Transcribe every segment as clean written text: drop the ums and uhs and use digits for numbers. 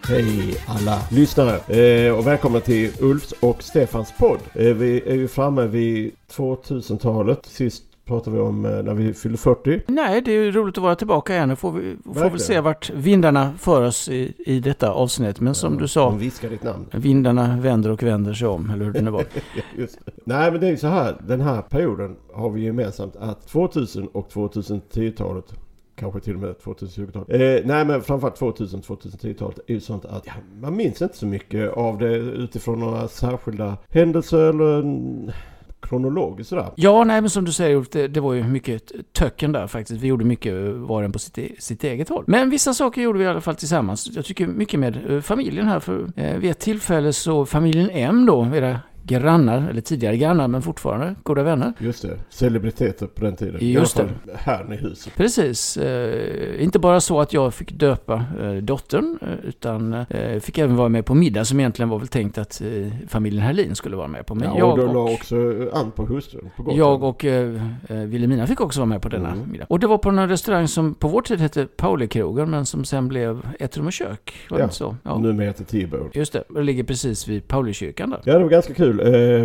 Hej alla lyssnare och välkomna till Ulfs och Stefans podd. Vi är ju framme vid 2000-talet. Sist pratade vi om när vi fyllde 40. Nej, det är ju roligt att vara tillbaka igen. Nu får vi se vart vindarna för oss i detta avsnitt. Men som du sa, viskar ditt namn. Vindarna vänder och vänder sig om, eller hur det nu var. Just det. Nej, men det är ju så här. Den här perioden har vi gemensamt att 2000 och 2010-talet, kanske till och med 2020-talet. Nej, men framförallt 2000-2010-talet är ju sånt att man minns inte så mycket av det utifrån några särskilda händelser eller kronologiskt sådär. Ja, nej, men som du säger, det var ju mycket töcken där faktiskt. Vi gjorde mycket var och en på sitt eget håll. Men vissa saker gjorde vi i alla fall tillsammans. Jag tycker mycket med familjen här. För vid ett tillfälle så familjen M då, era grannar, eller tidigare grannar, men fortfarande goda vänner. Just det, celebriteter på den tiden. Just det. Här i huset. Precis. Inte bara så att jag fick döpa dottern, utan fick även vara med på middag som egentligen var väl tänkt att familjen Herlin skulle vara med på. Men ja, och då la också an på hustrun. Jag och Wilhelmina fick också vara med på denna middag. Och det var på en restaurang som på vår tid hette Paulikrogen, men som sen blev ett rum och kök. Var det så? Ja, nu med heter T-Bone. Just det, det ligger precis vid Paulikyrkan där. Ja, det var ganska kul.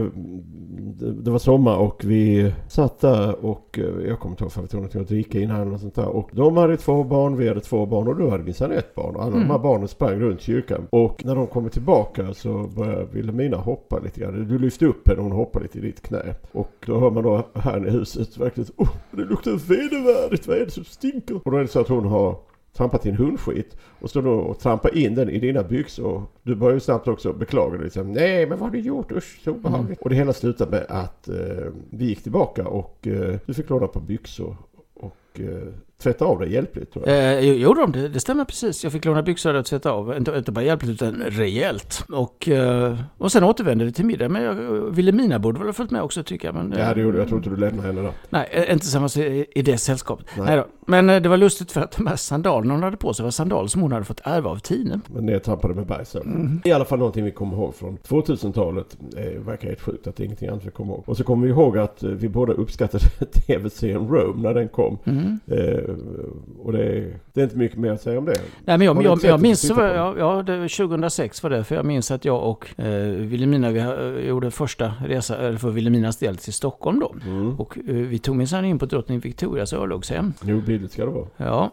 Det var sommar och vi satt där och jag kommer inte ihåg för vi tog något att dricka innan och sånt där. Och de hade 2 barn, vi hade 2 barn och då hade vi sedan 1 barn. Och alla de här barnen sprang runt kyrkan. Och när de kommer tillbaka så började Wilhelmina hoppa lite grann. Du lyfte upp henne och hon hoppade lite i ditt knä. Och då hör man då här i huset verkligen det luktar vedervärdigt, vad är det som stinker? Och då är det så att hon har trampat in hundskit och står då och trampar in den i dina byxor. Du börjar ju snabbt också beklaga dig. Liksom, nej, men vad har du gjort? Usch, så obehagligt. Och det hela slutade med att vi gick tillbaka och du fick låna på byxor och tvätta av det hjälpligt, tror jag. Jo, det stämmer precis. Jag fick låna byxor och tvätta av. Inte bara hjälpligt utan rejält. Och sen återvände vi till middag. Men Wilhelmina borde väl ha följt med också, tycker jag. Men, ja, det gjorde jag. tror inte du lämnade henne då. Nej, inte tillsammans i det sällskapet. Nej då. Men det var lustigt för att de här sandalerna hon hade på sig var sandaler som hon hade fått ärva av Tine. Men nedtrampade med bajsen. I alla fall någonting vi kommer ihåg från 2000-talet. Det verkar helt sjukt att det är ingenting annat vi kommer ihåg. Och så kommer vi ihåg att vi båda uppskattade tv-serien Rome när den kom. Och det är inte mycket mer att säga om det. Nej, men jag minns det var 2006 var det, för jag minns att jag och Wilhelmina vi gjorde första resa för Wilhelminas del till Stockholm då. Och vi tog minsann in på Drottning Victorias örlogshem. Jo, billigt ska det vara. Ja,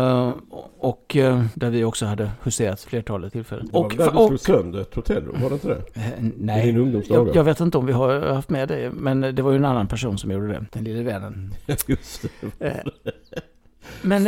och där vi också hade huserat flertalet tillfällen. Det var där du slog sönder ett hotell, var det inte det? Nej, jag vet inte om vi har haft med det, men det var ju en annan person som gjorde det, den lille vännen. Just det. Men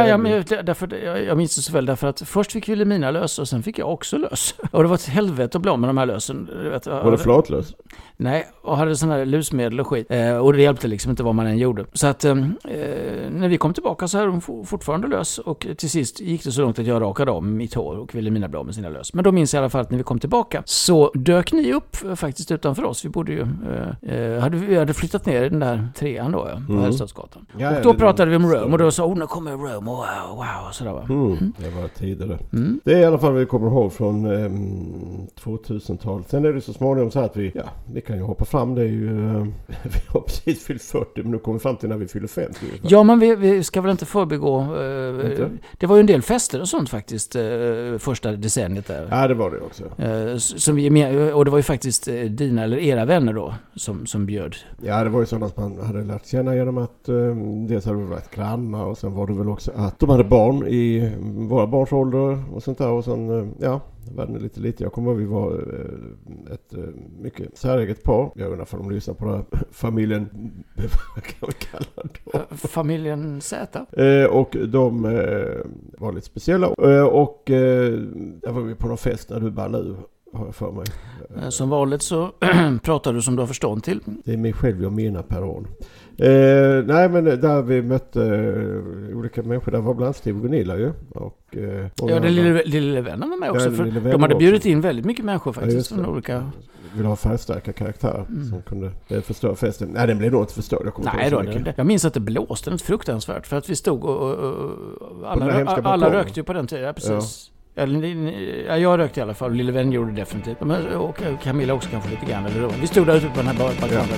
jag minns det så väl därför att först fick Wilhelmina lös och sen fick jag också lös. Och det var ett helvete att bli av med de här lösen. Var det flatlös? Nej, och hade sådana här lusmedel och skit. Och det hjälpte liksom inte vad man än gjorde. Så att när vi kom tillbaka så hade hon fortfarande lös. Och till sist gick det så långt att jag rakade av mitt hår och Wilhelmina blev av med sina lös. Men då minns jag i alla fall att när vi kom tillbaka så dök ni upp faktiskt utanför oss. Vi bodde ju vi hade flyttat ner i den där 3:an då, på Herrstadsgatan. Och då pratade vi om Rome och då sa nu kommer Rome, wow, sådär va. Det var tidigare. Det är i alla fall vi kommer ihåg från 2000-talet. Sen är det så småningom så här att vi kan ju hoppa fram. Det är ju vi har precis fyllt 40, men nu kommer vi fram till när vi fyller 50. Ja, men vi ska väl inte förbigå det var ju en del fester och sånt faktiskt första decenniet där. Ja, det var det också. Och det var ju faktiskt dina eller era vänner då som bjöd. Ja, det var ju sådant man hade lärt känna genom att dels hade vi varit grannar och sen var det väl också att de hade barn i våra barns ålder och sånt där och sen världen är lite. Jag kommer ihåg vi var ett mycket säreget par. Jag undrar för de lyssnar på den här familjen, vad kan vi kalla dem? Familjen Z. Och de var lite speciella. Och där var vi på någon fest när du bara nu har jag för mig. Som vanligt så pratar du som du har förstånd till. Det är mig själv och mina peron. Nej, men där vi mötte olika människor. Där var bland annat Steve och Gunilla ju. Och, den lilla vännen var med också. För de hade bjudit in väldigt mycket människor faktiskt. Från olika... Vill ha färgstarka karaktär som kunde förstöra festen. Nej, den blev nog inte förstörd. Jag minns att det blåste något fruktansvärt. För att vi stod och alla rökte ju på den tiden. Ja, precis. Ja. Jag rökte i alla fall. Lille vän gjorde det definitivt. Och Camilla också kanske lite grann. Vi stod där ute på den här balkongen.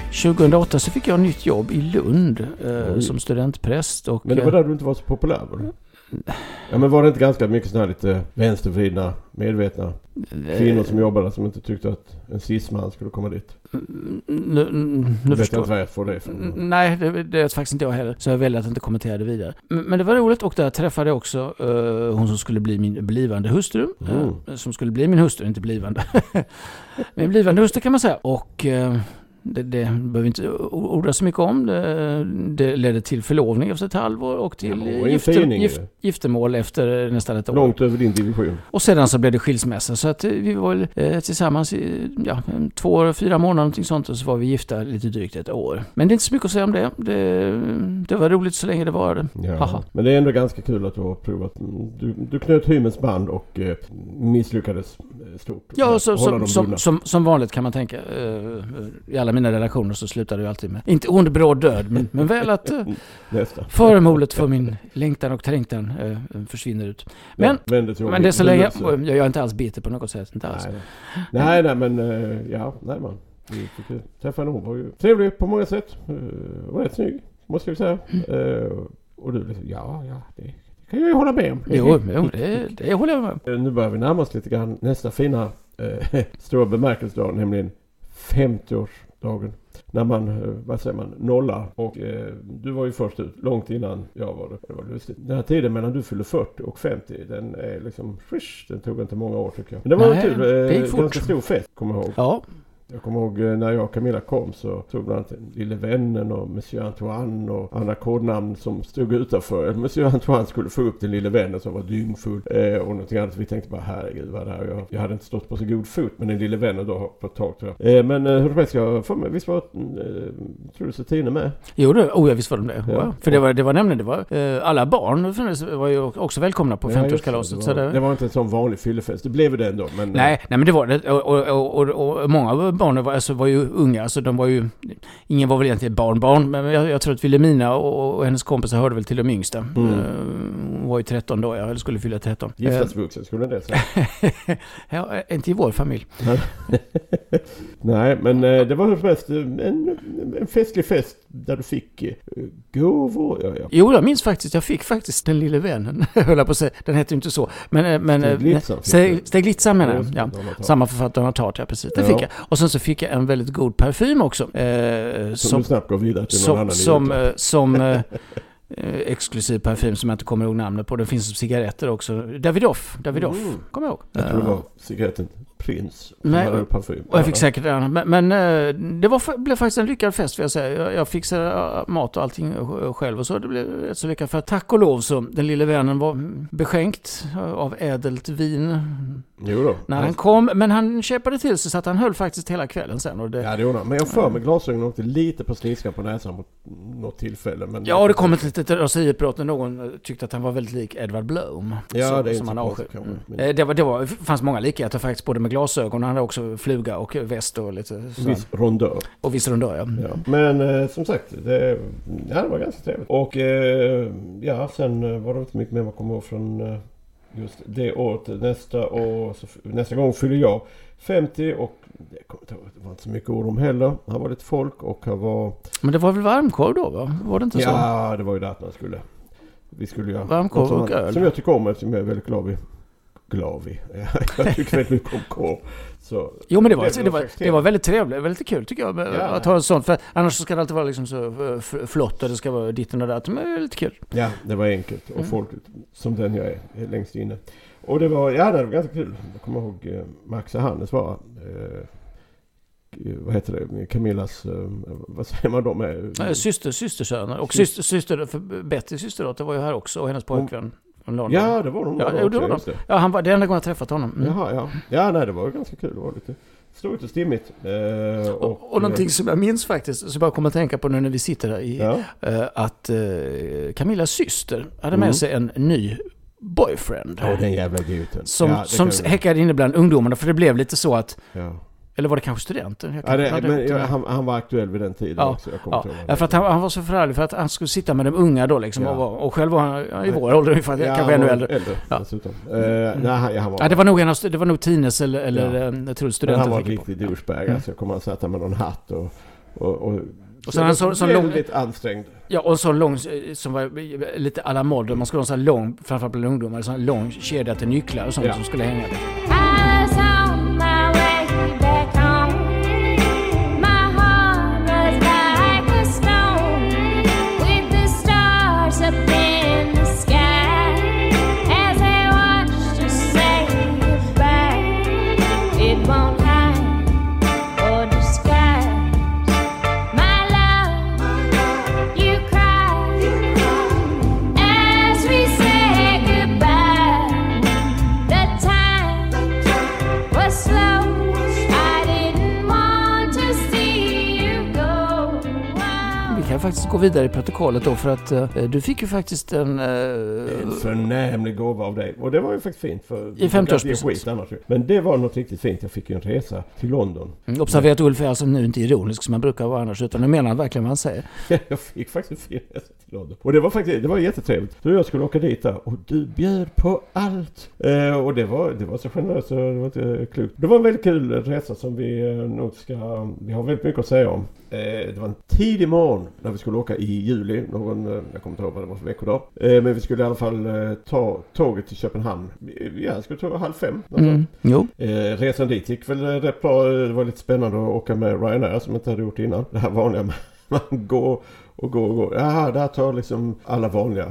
2008 så fick jag nytt jobb i Lund som studentpräst. Och, men det var där du inte var så populär, eller? Ja, men var det inte ganska mycket sådana här lite vänstervridna, medvetna kvinnor som jobbade som inte tyckte att en cisman skulle komma dit? Nu vet jag inte vad jag får det för. Nej, det är faktiskt inte jag heller. Så jag väljer att inte kommentera det vidare. Men det var roligt, och där träffade jag också hon som skulle bli min blivande hustru. Som skulle bli min hustru, inte blivande. Min blivande hustru kan man säga. Och... Det behöver vi inte orda så mycket om. Det ledde till förlovning efter ett halvår och till giftermål efter nästan ett år. Långt över din division. Och sedan så blev det skilsmässa. Så att vi var tillsammans i 2-4 månader, någonting sånt, och så var vi gifta lite drygt ett år. Men det är inte så mycket att säga om det. Det var roligt så länge det var. Ja. Men det är ändå ganska kul att du har provat. Du knöt hymens band och misslyckades stort. Ja, som vanligt kan man tänka. I alla mina relationer så slutade det alltid med, inte underbråd död, men väl att föremålet för min längtan och trängtan försvinner ut. Men det är så länge, jag är inte alls bitter på något sätt. Inte alls. Nej, men man. Vi fick träffa henne, hon var ju trevlig på många sätt. Var rätt snygg, måste jag säga. Och du liksom, det kan jag ju hålla med om. Jo, det håller jag med om. Nu börjar vi närma oss lite grann nästa fina stora bemärkelsedag, nämligen 50-årsdagen. När man nollar. Och du var ju först ut långt innan jag var det. Det var lustigt. Den här tiden mellan du fyller 40 och 50, den är liksom den tog inte många år tycker jag. Men det var en ganska stor fest, kommer jag ihåg. Ja. Jag kommer ihåg när jag och Camilla kom så tog bland annat Lille Vännen och Monsieur Antoine och andra kodnamn som stod utanför. Monsieur Antoine skulle få upp den Lille Vännen som var dyngfull och någonting annat. Vi tänkte bara, herregud vad det här. Jag hade inte stått på så god fot med den Lille Vännen då på ett tag tror jag. Men hur som helst ska jag få med, visst var tror du Tine med? Jo, visst var de det. Ja. För det var nämligen alla barn var ju också välkomna på 50-årskalaset. Det var inte en sån vanlig fyllefest. Det blev det ändå. Men, nej, men det var det. Och många barnen var ju unga, så de var ju, ingen var väl egentligen barn, men jag tror att Wilhelmina och hennes kompisar hörde väl till de yngsta. Hon var ju 13 då, jag skulle fylla 13. Giftasvuxen skulle det säga. Ja, inte i vår familj. Nej, men det var mest en festlig fest där du fick gåvor. Ja. Jo, jag minns faktiskt, jag fick faktiskt den Lille Vännen, höll jag på att säga. Den hette ju inte så. Men Steglitsan menar jag. Ja. Samma författare har tagit, ja precis. Det fick jag. Och sen så fick jag en väldigt god parfym också. Som du snabbt går vidare till någon annan. Som exklusiv parfym som jag inte kommer ihåg namnet på. Det finns cigaretter också. Davidoff. Kommer jag ihåg. Jag tror det var cigaretten Prins. Parfym. Och jag fick säkert men det blev faktiskt en lyckad fest för jag säga. Jag fixade mat och allting själv och så det blev rätt så lyckat för tack och lov så den Lille Vännen var beskänkt av ädelt vin. Jo då. När han kom, men han köpade till sig så att han höll faktiskt hela kvällen sen. Och det gjorde han. Men jag för med glasögonen åkte lite på sniskan på näsan på något tillfälle. Men det kom ett litet raseriutbrott när någon tyckte att han var väldigt lik Edward Blom. Ja, det är som han avskyr. Det fanns många likheter faktiskt både med glasögon, han hade också fluga och väst och lite viss rondör. Och viss rondör, ja. Men som sagt, det var ganska trevligt. Och sen var det inte mycket mer man kommer ihåg från just det året. Nästa gång fyller jag 50 och det var inte så mycket ord om heller. Här var lite folk och här var... Men det var väl varmkorv då, va? Var det inte så? Ja, det var ju det att vi skulle göra varmkorv och öl. Som jag tycker om eftersom jag är väldigt glad vid. Jag tycker väldigt mycket om korv. Så jo, men det var väldigt trevligt, väldigt kul tycker jag att ha en sån, för annars ska det alltid vara liksom så flott och det ska vara ditten och datten, men det är lite kul. Ja, det var enkelt och folk som den jag är längst inne. Och det var ganska kul. Jag kommer ihåg Max och Hannes var vad heter det? Camillas, vad säger man då med? Systersöner och syster Betty systerdotter var ju här också och hennes pojkvän. Ja, det var de. Ja, han var det enda gången jag träffat honom. Jaha, ja. Nej, det var ju ganska kul. Det var lite stort och stimmigt. Och någonting som jag minns faktiskt, så bara kommer att tänka på nu när vi sitter där att Camillas syster hade med sig en ny boyfriend. Ja, den jävla guten. Som häckade in ibland ungdomarna, för det blev lite så att... Ja. Eller var det kanske studenten? Han var aktuell vid den tiden också. För att han var så förarglig för att han skulle sitta med de unga då liksom, och själv var han i vår ålder ungefär, kanske ännu äldre. Det var nog Tines eller jag tror studenten. Han var en riktig douchebag. Så jag kommer att sätta med någon hatt Och sen en sån väldigt ansträngd. Ja, och en sån lång som var lite à la mode. Man skulle ha en sån lång, framförallt bland ungdomar, en sån lång kedja till nycklar och sånt som skulle hänga där. Faktiskt gå vidare i protokollet då, för att du fick ju faktiskt en förnämlig gåva av dig, och det var ju faktiskt fint för i 50-årspresent. Men det var något riktigt fint. Jag fick ju en resa till London. Observera att Ulf är alltså nu inte ironisk som man brukar vara annars, utan nu menar han verkligen vad han säger. Jag fick faktiskt en fin resa till London, och det var jättetrevligt. Så jag skulle åka dit där, och du bjöd på allt, och det var så generöst, så det var inte klokt. Det var en väldigt kul resa som vi har väldigt mycket att säga om. Det var en tidig morgon när vi skulle åka i juli, jag kommer inte ihåg vad det var för veckodag, men vi skulle i alla fall ta tåget till Köpenhamn. Jag skulle ta 4:30. Resan dit gick väl rätt bra. Det var lite spännande att åka med Ryanair som jag inte hade gjort innan. Det här vanliga med man går. Ja, där tar liksom alla vanliga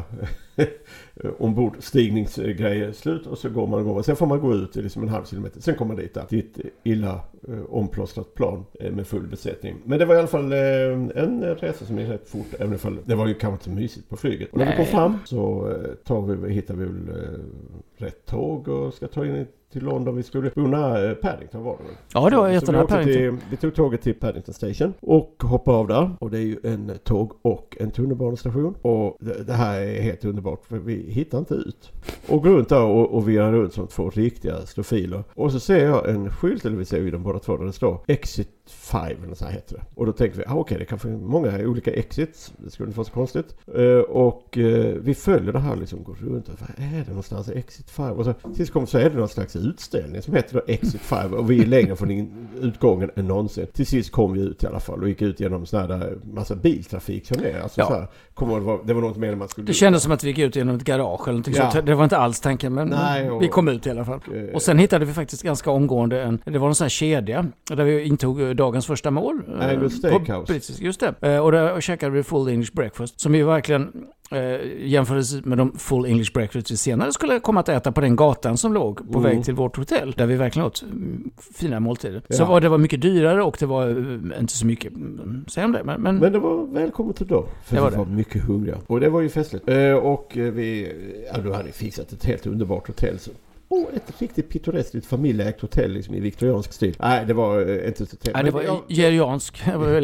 ombordstigningsgrejer slut, och så går man. Sen får man gå ut i liksom en halv kilometer. Sen kommer man dit till ett illa omplåstrat plan med full besättning. Men det var i alla fall en resa som gick rätt fort, även ifall det var ju kanske inte så mysigt på flyget. Och när vi kom fram så hittar vi väl rätt tåg och ska ta in till London. Vi skulle bo nära Paddington, var det väl? Ja, det var jättenära Paddington. Vi tog tåget till Paddington Station och hoppade av där. Och det är ju en tåg och en tunnelbanestation. Och det här är helt underbart, för vi hittar inte ut. Och går runt där och virrar runt som två riktiga stofiler. Och så ser jag en skylt, eller vi ser ju dem båda två, där det står Exit 5, eller så här heter det. Och då tänkte vi, okej, det kan få många olika exits. Det skulle inte vara så konstigt. Och vi följer det här, liksom går runt. Vad är det någonstans? Exit 5. Och så tills kom så är det någon slags utställning som heter då Exit 5. Och vi är längre från utgången än någonsin. Till sist kom vi ut i alla fall och gick ut genom sån här massa biltrafik som är. Alltså så här, det var något mer än man skulle... Det kändes som att vi gick ut genom ett garage eller någonting sånt. Det var inte alls tanken, men vi kom ut i alla fall. Och sen hittade vi faktiskt ganska omgående det var en sån här kedja där vi intog dagens första mål. Angus Steakhouse. Just det. Och där käkade vi full English breakfast, som ju verkligen jämfördes med de full English breakfast vi senare skulle komma att äta på den gatan som låg på väg till vårt hotell, där vi verkligen åt fina måltider. Ja. Så det var mycket dyrare och det var inte så mycket säg om det. Men det var välkommet idag, för vi var mycket hungriga. Och det var ju festligt. Och då hade vi fixat ett helt underbart hotell. Så ett riktigt pittoreskt familjeägt hotell liksom, i viktoriansk stil. Nej, det var inte så trevligt. Nej, det var geriansk.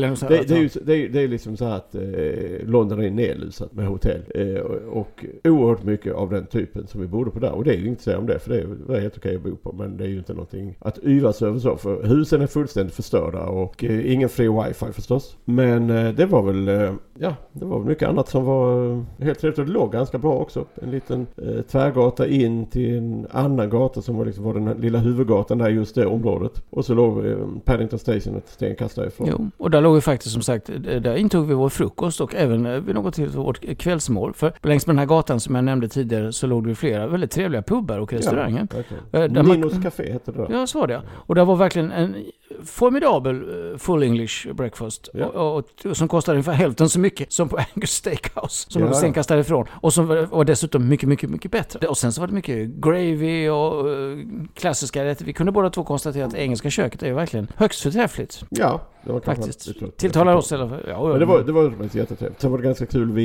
Det är liksom så här att London är nedlusat med hotell. Och oerhört mycket av den typen som vi bodde på där. Och det är ju inte så om det, för det var helt okej att bo på. Men det är ju inte någonting att yvas över så. För husen är fullständigt förstörda och ingen fri wifi förstås. Men det var väl det var mycket annat som var helt trevligt. Och det låg ganska bra också. En liten tvärgata in till en annan gata som var den lilla huvudgatan där, just det området. Och så låg Paddington Station ett stenkast därifrån. Jo, och där låg vi faktiskt, som sagt, där intog vi vår frukost och även vid något till vårt kvällsmål. För längs med den här gatan som jag nämnde tidigare så låg det flera väldigt trevliga pubbar och restauranger. Ja, Ninos Café hette det. Ja, så var det. Och det var verkligen en formidabel full English breakfast och som kostade ungefär hälften så mycket som på Angus Steakhouse som låg stenkast därifrån, och som var dessutom mycket, mycket, mycket bättre. Och sen så var det mycket gravy och klassiska rätter. Vi kunde båda två konstatera att engelska köket är ju verkligen högst förträffligt. Ja, det var faktiskt. Tilltalar oss eller men det var jättetrevligt. Sen var det ganska kul.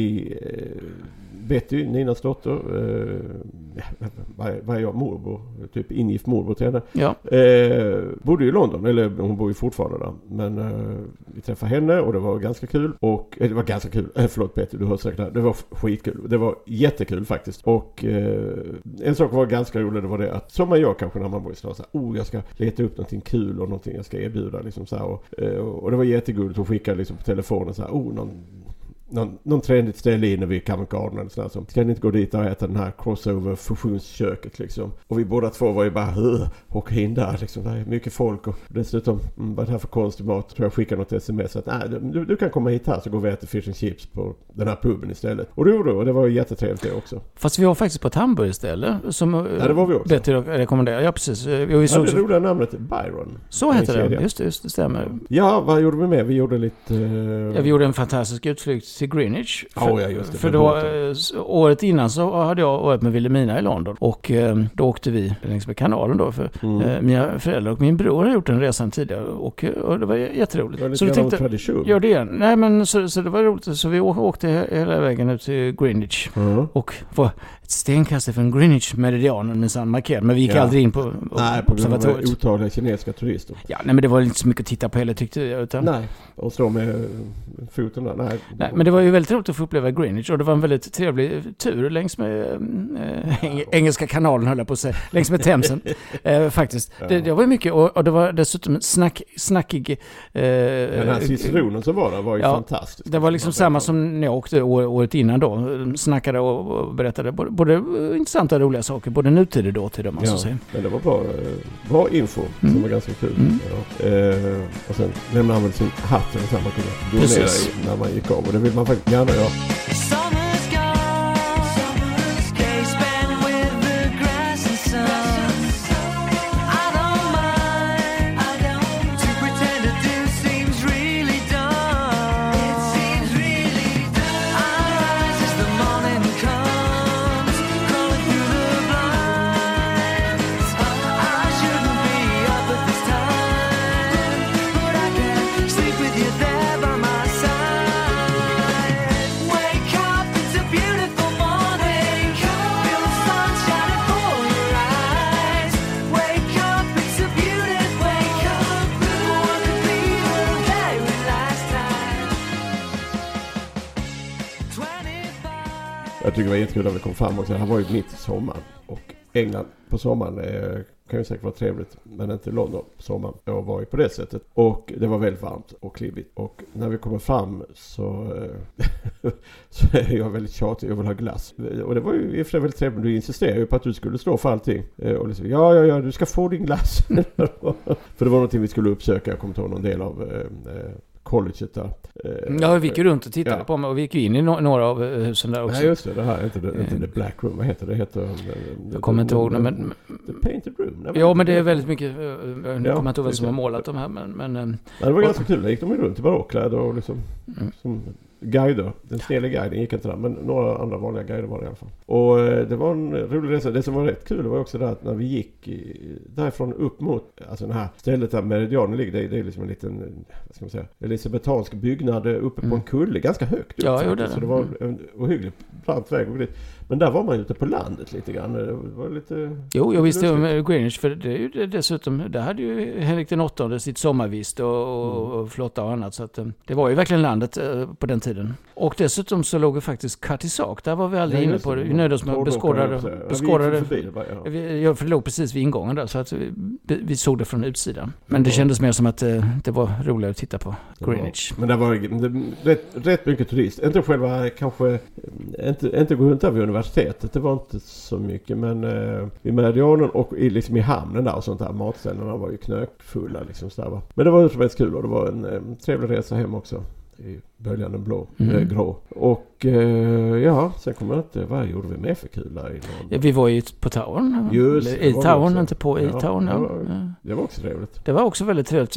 Betty, Ninas dotter, var jag morbror, typ ingift morbror till henne. Ja. Bodde i London, eller hon bor ju fortfarande där. Men vi träffade henne och det var ganska kul. Och det var ganska kul. Förlåt Betty, du hör säkert där. Det var skitkul. Det var jättekul faktiskt. Och en sak var ganska rolig, det var det att som man gör kanske när man bor i stan, jag ska leta upp någonting kul och någonting jag ska erbjuda liksom så här, och det var jättegulligt att skicka liksom på telefonen så här, någon trendigt ställe inne vid Covent Garden eller sådär, som ska ni inte gå dit och äta den här crossover fusionsköket liksom. Och vi båda två var ju bara åka in där liksom, det är mycket folk och dessutom vad det här för konstig mat, tror jag skickade något sms att du kan komma hit här så går vi och äter fish and chips på den här puben istället. Och det var ju jättetrevligt det också. Fast vi var faktiskt på ett hamburgerställe som det var vi också. Bättre rekommenderar. Ja, precis. Vi såg det roliga namnet Byron. Så heter det. Just det stämmer. Ja, vad gjorde vi med? Vi gjorde lite... vi gjorde en fantastisk utflykt till Greenwich. Just det. För då, året innan så hade jag varit med Wilhelmina i London. Och då åkte vi längs med kanalen då. För mina föräldrar och min bror har gjort en resan tidigare. Och det var jätteroligt. Det var lite grann tradition. Gör det igen. Nej, men så det var roligt. Så vi åkte hela vägen ut till Greenwich. Och var ett stenkast från Greenwich-meridianen minsann markerad. Men vi gick aldrig in på observatoriet. På otaliga kinesiska turister. Ja, nej, men det var inte så mycket att titta på heller tyckte jag. Utan... Nej, och stå med foten där. Nej, men det var ju väldigt roligt att få uppleva Greenwich. Och det var en väldigt trevlig tur längs med Engelska kanalen, höll jag på att säga. Längs med Themsen, faktiskt. Ja. Det var mycket, och det var dessutom snackig... den här citronen som var där var ju fantastisk. Det var liksom samma som när jag åkte året innan då. Snackade och berättade både intressanta och roliga saker. Både nutid och dåtid, om man så säger. Men det var bra info som var ganska kul. Och sen lämnade han väl sin hatt eller så man kunde gå ner i när man gick av. Och det vill man faktiskt gärna göra. Jag tycker det var jättekul att vi kom fram och så här var ju mitt i sommaren och England på sommaren kan ju säkert vara trevligt, men inte London på sommaren. Jag var ju på det sättet och det var väldigt varmt och klibbigt och när vi kommer fram så är jag väldigt tjatig, jag vill ha glass och det var ju i och för sig väldigt trevligt, du insisterade ju på att du skulle stå för allting och liksom, ja, du ska få din glass för det var någonting vi skulle uppsöka, jag kommer inte ihåg någon del av colleget där. Ja, vi gick runt och tittade på mig och vi gick in i några av husen där också. Nej, just det här är inte The Black Room, vad heter det? Jag kommer inte ihåg det, men... The Painted Room. Ja, men det är väldigt mycket... Jag kommer inte ihåg vem som har målat de här, men det var ganska kul, där gick de runt i barockkläder och liksom... Som guider, den snälla guiden gick inte där, men några andra vanliga guider var det i alla fall. Och det var en rolig resa. Det som var rätt kul var också det att när vi gick därifrån upp mot, alltså det här stället där Meridianen ligger, det är liksom en liten, vad ska man säga, elisabetansk byggnad uppe på en kulle, ganska högt upp. Ja, så det var en ohyggligt brant väg och dit. Men där var man ute på landet lite grann. Det var lite... Jo, jag visste om Greenwich, för det är ju dessutom, där hade ju Henrik den åttonde sitt sommarvist och flotta och annat. Så att, det var ju verkligen landet på den tiden. Och dessutom så låg det faktiskt Katisak. Där var vi aldrig inne på det. Vi nöjde oss med att beskådade. För det låg precis vid ingången där, så att vi såg det från utsidan. Men det kändes mer som att det var roligare att titta på Greenwich. Men det var rätt mycket turist. Inte själva, kanske inte gå runt där vid universitetet. Det var inte så mycket, men i Meridianen och liksom i hamnen där och sånt där, matställena var ju knökfulla liksom så där, va? Men det var ju kul och det var en trevlig resa hem också i böljande grå. Och sen kommer jag inte, vad gjorde vi med för kul där i någon? Ja, vi var ju på Towern. Just i Towern, inte på i Towern. Det var också trevligt. Det var också väldigt trevligt.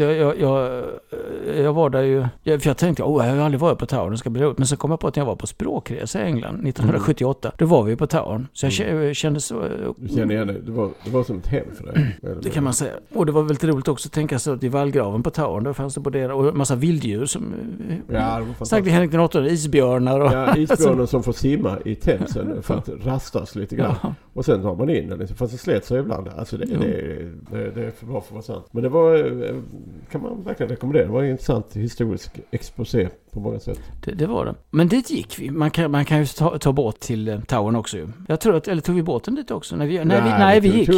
Jag var där ju, för jag tänkte, jag har aldrig varit på Towern, det ska bli roligt. Men så kom jag på att jag var på språkresa i England 1978. Då var vi på Towern. Så jag kände så... Du känner igen det var som ett hem för dig. Det kan man säga. Och det var väldigt roligt också att tänka sig att i vallgraven på Towern, där fanns det både och en massa vilddjur som... Sagt i Henrik den åttonde, isbjörnar och... Ja, isbjörnar som får simma i Themsen för att rastas lite grann. Ja. Och sen tar man in den liksom, fast det slet sig ibland. Alltså det är för bra för att vara sant. Men det var, kan man verkligen rekommendera. Det var en intressant historisk exposé på många sätt. Det var det. Men dit gick vi. Man kan ju ta båt till Towern också ju. Jag tror att, eller tog vi båten dit också? Nej, vi gick.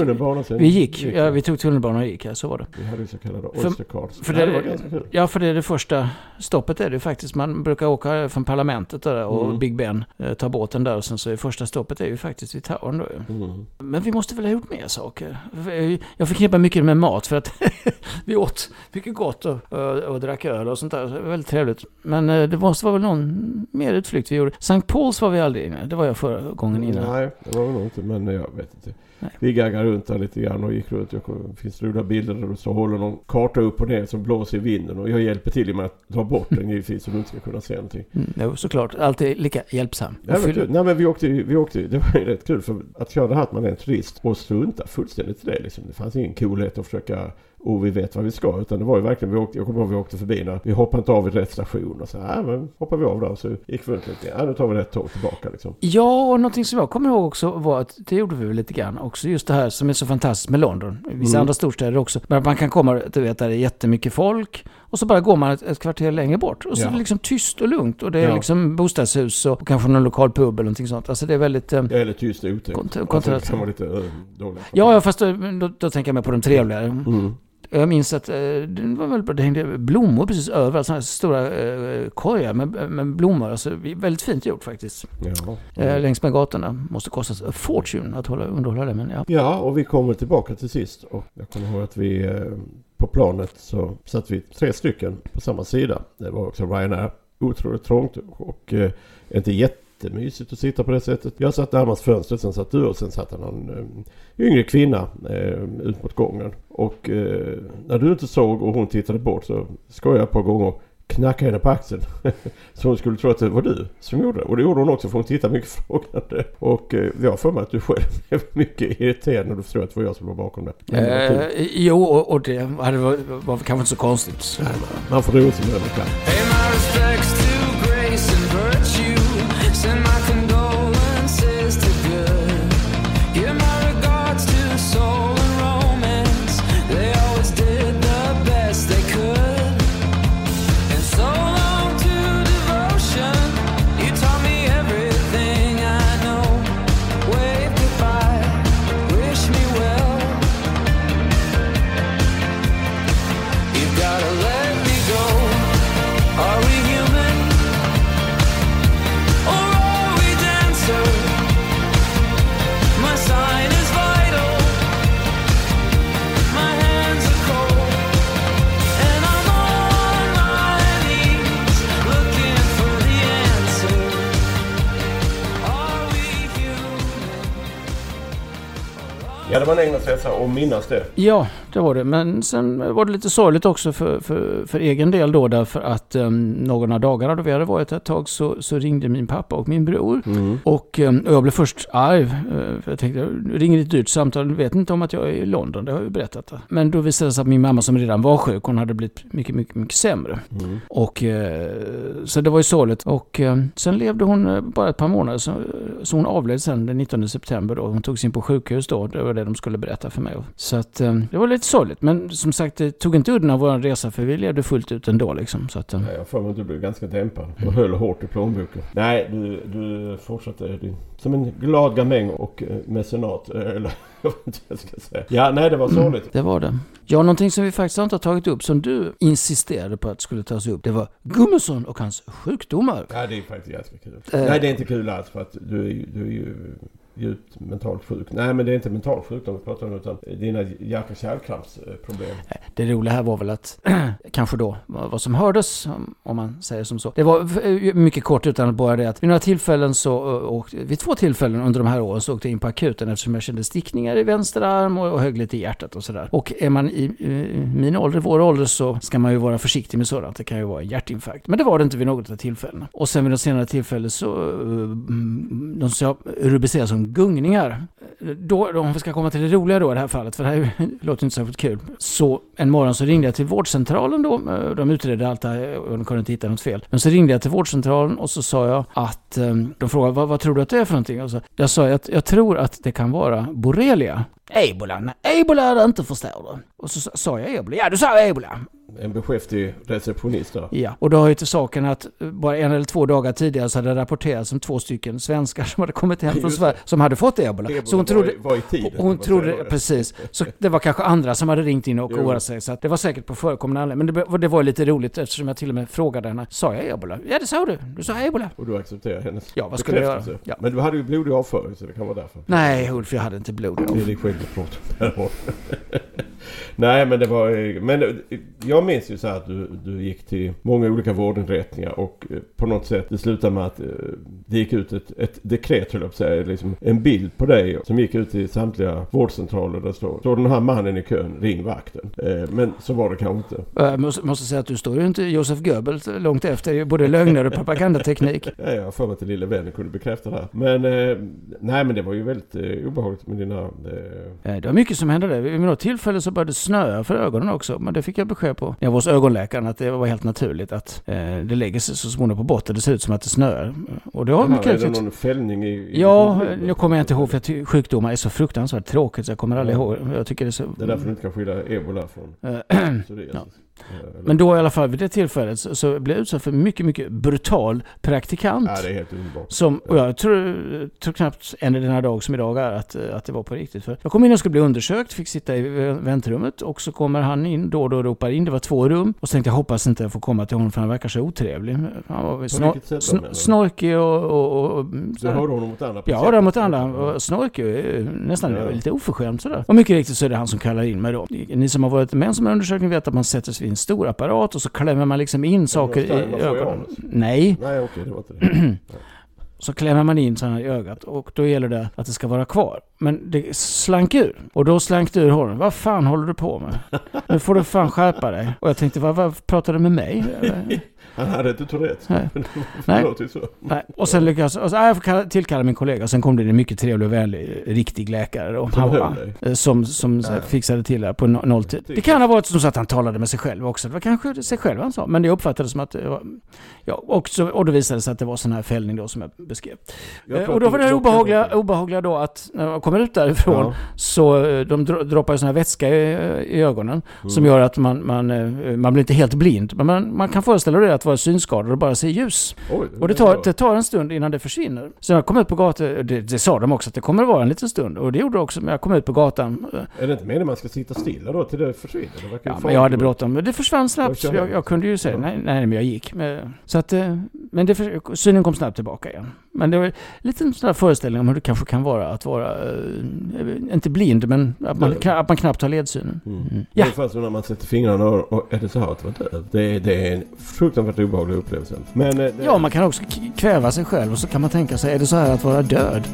Vi tog tunnelbanan och gick, så var det. Vi hade ju så kallade Oyster Cards. Det var ganska kul. Ja, för det är det första stoppet är det faktiskt. Man brukar åka från parlamentet där och Big Ben, ta båten där och sen så är första stoppet är ju faktiskt vid Towern då ju. Men vi måste väl ha gjort mer saker. Jag förknippar mycket med mat för att vi åt mycket gott och drack öl och sånt där. Det var väldigt trevligt. Men det var väl någon mer utflykt vi gjorde. St. Pauls var vi aldrig inne. Det var jag förra gången innan. Nej, det var väl nog inte, men jag vet inte. Nej. Vi gaggade runt där lite grann och gick runt. Det finns roliga bilder där du så håller någon karta upp och ner som blåser i vinden. Och jag hjälper till med att dra bort den givetvis så du inte ska kunna se någonting. Jo, såklart. Alltid lika hjälpsam. Nej, men vi åkte. Det var ju rätt kul för att köra det här att man är en turist och strunta fullständigt i det. Liksom. Det fanns ingen coolhet att försöka vi vet vad vi ska, utan det var ju verkligen jag kommer ihåg vi åkte förbi när vi hoppade inte av vid rätt station och så men hoppade vi av där så gick vi runt lite. Nu tar vi rätt tåg tillbaka liksom. Ja, och någonting som jag kommer ihåg också var att det gjorde vi väl lite grann också, just det här som är så fantastiskt med London. Vissa andra storstäder också. Men man kan komma, du vet, där det är jättemycket folk och så bara går man ett kvarter längre bort och så är det liksom tyst och lugnt och det är liksom bostadshus och kanske någon lokal pub eller någonting sånt. Alltså det är väldigt eller tyst och otäckt. Det kan vara lite dåligt. Ja, fast då tänker jag mig på de trevligare. Jag minns att det hängde blommor precis över, sådana här stora korgar med blommor. Alltså, väldigt fint gjort faktiskt. Ja. Längs med gatorna. Måste kosta fortune att underhålla det. Men ja, och vi kommer tillbaka till sist. Och jag kommer ihåg att vi på planet så satt vi 3 stycken på samma sida. Det var också Ryanair. Otroligt trångt och inte jättemysigt att sitta på det sättet. Jag satt närmast fönstret, sen satt du och sen satt någon yngre kvinna ut mot gången. Och när du inte såg och hon tittade bort så skojade jag ett par gånger och knackade henne på axeln. Så hon skulle tro att det var du som gjorde det. Och det gjorde hon också för hon tittade mycket frågande. Och jag får mig att du själv är mycket irriterad när du förstår att det var jag som var bakom det. Jo, och det var kanske inte så konstigt. Man får roligt som det man kan. Send my condolences to good. Give my regards to soul and romance. They always did the best they could. And so long to devotion. You taught me everything I know. Wave goodbye, wish me well. You've gotta let me go. Are we human? My sign is vital. My hands are cold, and I'm on my knees looking for the answer. Are we human? Ja, det var en engelsresa och minnas det. Ja, det var det. Men sen var det lite sorgligt också för egen del då, därför att några dagar då vi hade varit ett tag så ringde min pappa och min bror. Och jag blev först arg. För jag tänkte, ringer ett dyrt samtal, vet inte om att jag är i London, det har jag ju berättat. Men då visade det sig att min mamma som redan var sjuk, hon hade blivit mycket, mycket, mycket sämre. Och så det var ju sorgligt. Och sen levde hon bara ett par månader, så hon avled sen den 19 september då. Hon togs in på sjukhus då, det var det de skulle berätta för mig. Så att det var lite sorgligt, men som sagt det tog inte udden av vår resa för vi levde fullt ut ändå liksom. Så att, jag får mig att du blev ganska dämpad och höll hårt i plånboken. Nej, du fortsatte som en glad gamäng och mecenat, eller jag vet inte vad jag ska säga. Ja, nej, det var sorgligt. Det var det. Ja, någonting som vi faktiskt inte har tagit upp som du insisterade på att skulle tas upp, det var Gummesson och hans sjukdomar. Ja, det är faktiskt ganska kul. Nej, det är inte kul alls för att du är ju djupt mentalt sjuk. Nej, men det är inte mentalt sjukdom vi pratar om, utan dina hjärt- och kärlkrampsproblem. Det roliga här var väl att kanske då vad som hördes, om man säger som så. Det var mycket kort utan att bara det att vid några tillfällen vid 2 tillfällen under de här åren så åkte jag in på akuten eftersom jag kände stickningar i vänster arm och högg lite i hjärtat och sådär. Och är man i min ålder, vår ålder, så ska man ju vara försiktig med sådant. Det kan ju vara en hjärtinfarkt. Men det var det inte vid något av tillfällena. Och sen vid de senare tillfällen så de som rubriceras som gungningar. Då, om vi ska komma till det roliga då i det här fallet, för det här låter inte särskilt kul. Så en morgon så ringde jag till vårdcentralen då. De utredde allt det här och de kunde inte hitta något fel. Men så ringde jag till vårdcentralen och så sa jag att de frågade vad tror du att det är för någonting? Och så, jag sa att jag tror att det kan vara borrelia. Ebola är det inte, förstår du. Och så sa jag ebola. Ja, du sa ebola. en beskäftig receptionist där. Ja, och då har ju till saken att bara 1 eller 2 dagar tidigare så hade det rapporterats om 2 stycken svenskar som hade kommit hem från Sverige som hade fått ebola. Så hon trodde, var i tiden. hon trodde precis. Så det var kanske andra som hade ringt in och oroat sig. Så att det var säkert på förekommande anledning. Men det var lite roligt eftersom jag till och med frågade henne, sa jag ebola? Ja, det sa du. Du sa ebola. Och du accepterar hennes vad skulle jag göra? Ja. Men du hade ju blodig avföring så det kan vara därför. Nej, Ulf, jag hade inte blodig avföring. Det är självklart. Nej, men det var... Men jag minns ju så här att du gick till många olika vårdinrättningar och på något sätt det slutade med att det gick ut ett dekret, höll jag på att säga, liksom en bild på dig som gick ut till samtliga vårdcentraler där står den här mannen i kön, ring vakten. Men så var det kanske inte. Jag måste säga att du står ju inte Josef Goebbels långt efter, både lögner och propagandateknik. Ja, jag får att till lilla vännen kunde bekräfta det här. Men nej, men det var ju väldigt obehagligt med dina... Det var mycket som hände där. Vid något tillfälle så började det snöa för ögonen också, men det fick jag besked på. Jag var hos ögonläkaren att det var helt naturligt att det lägger sig så småningom på botten. Det ser ut som att det snöar. Och det var mycket är det någon fällning i nu kommer jag inte ihåg för att sjukdomar är så fruktansvärt tråkigt så jag kommer aldrig ihåg. Jag tycker det är så... Det är därför du inte kan skilja ebola från psoriasis. Ja. Men då i alla fall vid det tillfället så blev jag utsatt för mycket, mycket brutal praktikant. Ja, det är helt underbart. Och jag tror knappt än i den här dag som idag är att det var på riktigt. För jag kom in och skulle bli undersökt, fick sitta i väntrummet och så kommer han in då och ropar in. Det var 2 rum och så tänkte jag hoppas inte jag får komma till honom för han verkar så otrevlig. Han var snorkig och du hörde honom mot andra? Ja, hörde mot andra. Snorkig, nästan lite oförskämt sådär. Och mycket riktigt så är det han som kallar in mig då. Ni som har varit med som undersökning vet att man sätter sig i en stor apparat och så klämmer man liksom in saker i ögonen. Nej. Nej, okej, det var inte det. Så klämmer man in sådana i ögat och då gäller det att det ska vara kvar. Men det slank ur. Och då slank du ur håren. Vad fan håller du på med? Nu får du fan skärpa dig. Och jag tänkte, vad pratar du med mig? Han hade inte Tourettes. Nej. Nej. Och sen lyckades jag får tillkalla min kollega. Sen kom det en mycket trevlig och vänlig riktig läkare då, som fixade till det på nolltid. Det kan ha varit som så att han talade med sig själv också. Det var kanske sig själv han sa. Men det uppfattades som att det var... Ja, och då visade det sig att det var sån här fällning då som jag beskrev. Och då var det obehagliga då att när man kommer ut därifrån så de droppar ju sån här vätska i ögonen som gör att man blir inte helt blind. Men man kan föreställa dig att vara synskadad och bara se ljus. Och det tar en stund innan det försvinner. Så jag kom ut på gatan, det sa de också att det kommer att vara en liten stund. Och det gjorde det också, men jag kom ut på gatan. Är det inte meningen att man ska sitta stilla då till det försvinner? Ja, men jag hade bråttom. Det försvann snabbt. Jag kunde ju säga nej, men jag gick. Så att, men synen kom snabbt tillbaka igen. Men det var lite en sån här föreställning om hur det kanske kan vara att vara inte blind, men att man knappt har ledsynen. Ja. Det är fast när man sätter fingrarna och är det så här att vara död. Det är en fruktansvärt obehaglig upplevelse. Men, ja, man kan också kväva sig själv och så kan man tänka sig, är det så här att vara död?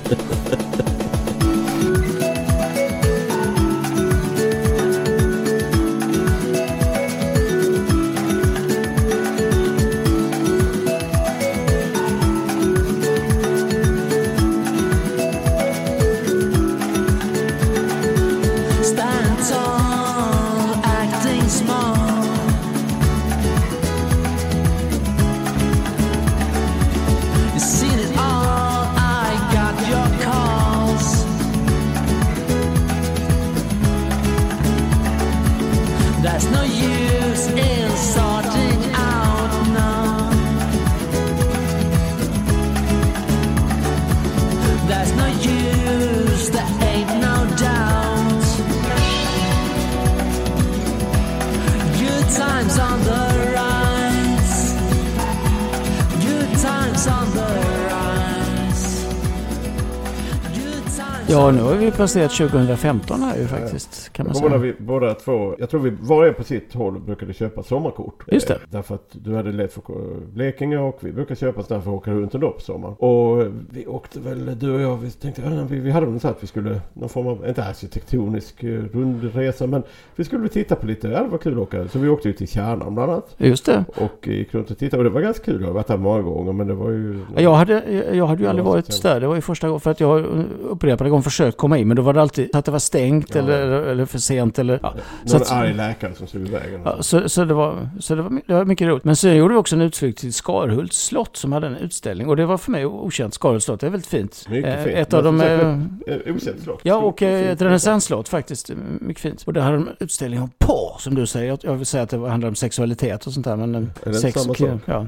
Ja, nu har vi passerat 2015 här ju faktiskt, kan man säga. När vi båda två, jag tror vi var på sitt håll brukade köpa sommarkort. Just det. Därför att du hade lätt för Blekinge och vi brukar köpa sådär för att åka runt ändå på sommaren. Och vi åkte väl, du och jag, vi tänkte, vi hade väl så att vi skulle, någon form av, inte arkitektonisk rundresa, men vi skulle titta på lite, det var kul att åka. Så vi åkte ju till Kärnan bland annat. Just det. Och gick runt och tittade, och det var ganska kul, jag har varit där många gånger, men det var ju... Jag hade ju aldrig varit där, det var ju första gången, för att jag upprepade gånger gång försökt komma in, men då var det alltid att det var stängt eller för sent. Eller, ja. Någon arg läkare som stod i vägen. Ja, så det var mycket roligt. Men sen gjorde vi också en utflykt till Skarhults slott som hade en utställning. Och det var för mig okänt. Skarhults slott är väldigt fint. Mycket fint. Ett av dem okänt slott. Ja, och ett renässansslott faktiskt. Mycket fint. Och där hade de utställning om porr, som du säger. Jag vill säga att det handlar om sexualitet och sånt där. Men sex och ja.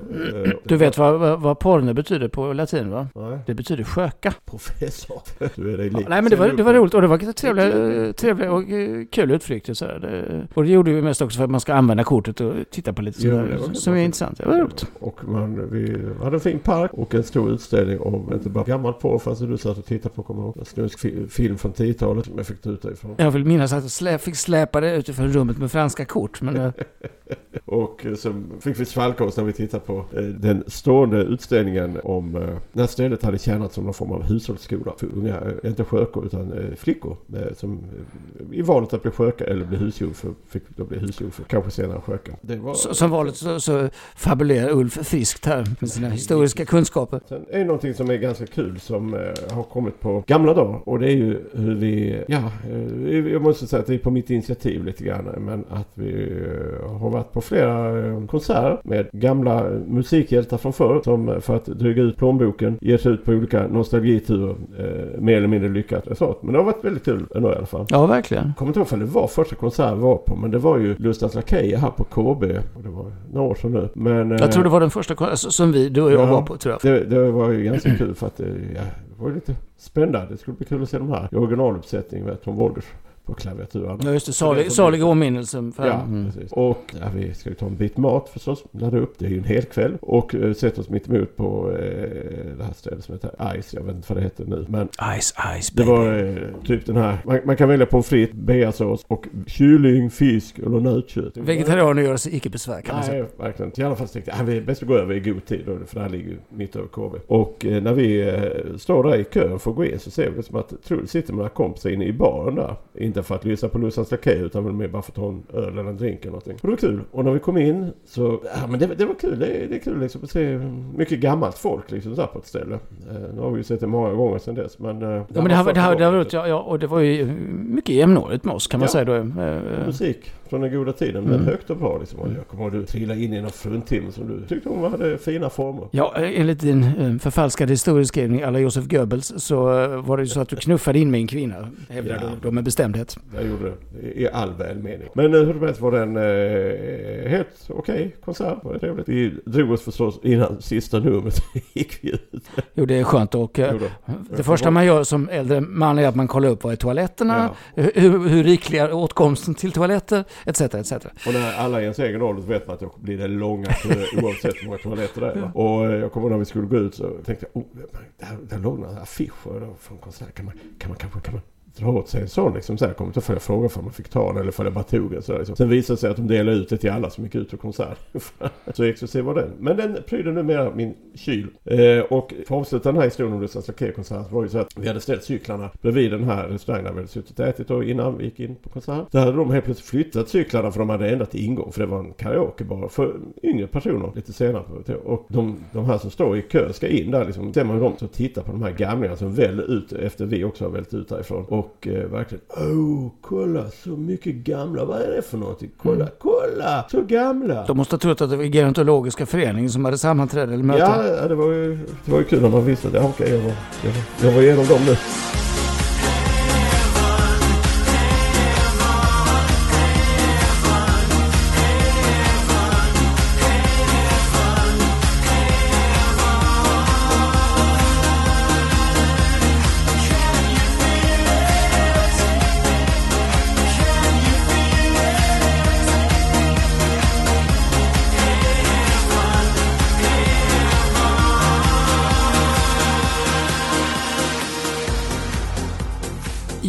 Du vet vad porr betyder på latin, va? Nej. Det betyder sköka. Professor. Du är lik. Nej, men det var roligt. Och det var trevliga och kul utflykter. Så och det gjorde vi mest också för att man ska använda kortet och titta på lite som är intressant. Det var roligt. Och vi hade en fin park och en stor utställning om inte bara gammal porr, fast du satt och tittade på, kommer ihåg, en snusk film från 10-talet som jag fick ut därifrån. Jag vill minnas att jag fick släpa det utifrån rummet med franska kort. Men och så fick vi svalka oss när vi tittade på den stående utställningen om när stället hade tjänat som någon form av hushållsskola för unga, inte skökor utan flickor som i valet att bli sköka eller bli husjungfru fick då bli husjungfru, kanske senare sköka. Som valet så fabulerar Ulf friskt här med sina historiska kunskaper. Sen är det någonting som är ganska kul som har kommit på gamla dagar, och det är ju hur vi, jag måste säga att det är på mitt initiativ lite grann, men att vi har varit på flera konserter med gamla musikhjältar från förr som för att dryga ut plånboken ger sig ut på olika nostalgiturer, mer eller mindre lyckat. Men det har varit väldigt kul ändå i alla fall. Ja, verkligen. Kommer inte ihåg för det var första konserten var på, men det var ju Lustans Lakejer här på KB, och det var några år sedan nu. Men, jag tror det var den första som du och jag var på, tror jag. Det var ju ganska kul för att det var lite spännande. Det skulle bli kul att se de här i originaluppsättning med Tom Wolders på klaviaturen. Ja, just det. Salig åminnelse. Precis. Och vi ska ju ta en bit mat förstås. Ladda upp, det är ju en hel kväll. Och sätta oss mitt emot på det här stället som heter Ice. Jag vet inte vad det heter nu. Men Ice, det var typ den här. Man kan välja pommes frites, beasås och kyling, fisk eller nötkött. Vegetarianer gör sig icke besvär, kan man säga. Nej, verkligen. I alla fall tänkte jag vi är bäst att gå över i god tid. För det här ligger ju mitt över KB. Och när vi står där i kön för att gå in så ser vi som att det sitter några kompisar inne i baren där. Inte för att lyssna på Lustans Lakejer utan väl mer bara för att ta en öl eller en drink eller någonting. Och det var kul. Och när vi kom in så, men det var kul. Det är kul liksom att se mycket gammalt folk liksom så på ett ställe. Nu har vi ju sett det många gånger sedan dess. Men det har varit, och det var ju mycket jämnårigt med oss, kan man säga då. Musik från den goda tiden, men högt och bra liksom. Och jag kommer ihåg att du trillade in i någon fruntimmer som du tyckte hon hade fina former. Ja, enligt din förfalskade historieskrivning alla Josef Goebbels så var det ju så att du knuffade in med en kvinna, hävdade du med bestämdhet. Jag gjorde det i all välmening. Men hur det bäst var den helt okej konsert. Var det trevligt. Vi drog oss förstås innan sista numret gick vi ut. Jo, det är skönt. Och det första man gör som äldre man är att man kollar upp vad är toaletterna, hur rikliga åtkomsten till toaletter, etc. Och när alla är ens egen ålder så vet man att det blir det långa oavsett hur många toaletter det är. Va? Och jag kommer ihåg när vi skulle gå ut så tänkte jag, där låg några affischer från konsert. Kan man dra åt sig en sån liksom, så här kommer inte att fråga för man fick ta den eller för det bara tog den, så liksom. Sen visade det sig att de delade ut det till alla som gick ut på konsert. Så exklusiv var den. Men den pryder numera min kyl. Och för att avsluta den här historien om Lustans Lakejer-konsert var ju så att vi hade ställt cyklarna bredvid den här restaurangen där vi hade suttit och ätit och innan vi gick in på konsert. Där hade de helt plötsligt flyttat cyklarna för de hade ändrat ingång, för det var en karaokebar för yngre personer lite senare. Och de här som står i kö ska in där liksom. Ser man dem så tittar på de här gamlingarna som väller ut efter vi också har vält ut därifrån. Och verkligen, kolla så mycket gamla, vad är det för någonting? Kolla, så gamla. De måste ha trott att det var gerontologiska föreningen som hade sammanträde eller möte. Ja, det var ju kul när man visste att jag var igenom dem nu.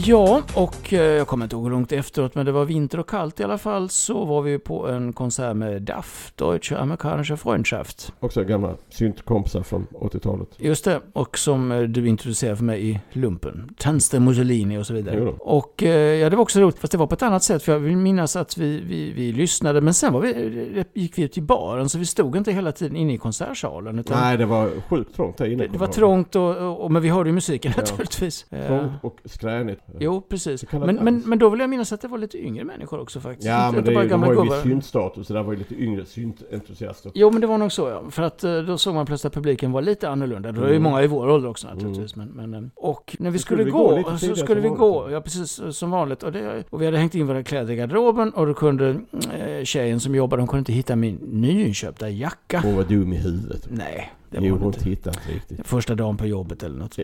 Ja, och jag kommer inte ihåg hur långt efteråt, men det var vinter och kallt i alla fall, så var vi på en konsert med DAF, Deutsche Amerikanische Freundschaft. Också gamla syntkompisar från 80-talet. Just det, och som du introducerade för mig i lumpen. Tanster Mussolini och så vidare. Jo. Och ja, det var också roligt, fast det var på ett annat sätt, för jag vill minnas att vi lyssnade, men sen gick vi ut i baren, så vi stod inte hela tiden inne i konsertsalen. Utan Nej, det var sjukt trångt där inne. det var trångt, men vi hörde ju musiken naturligtvis. Trångt och skränigt. Jo, precis. Men då vill jag minnas att det var lite yngre människor också faktiskt. Ja, men inte bara de har ju gubbar. viss syntstatus, så där var ju lite yngre syntentusiaster. Jo, men det var nog så, ja. För att då såg man plötsligt att publiken var lite annorlunda. Det var ju många i vår ålder också naturligtvis. Men, och när vi skulle gå, så skulle vi gå, ja precis som vanligt. Och vi hade hängt in våra kläder i garderoben, och då kunde tjejen som jobbade, hon kunde inte hitta min nyinköpta jacka. Hon var dum i huvudet. Nej. Jo, hon tittade riktigt. Första dagen på jobbet eller något.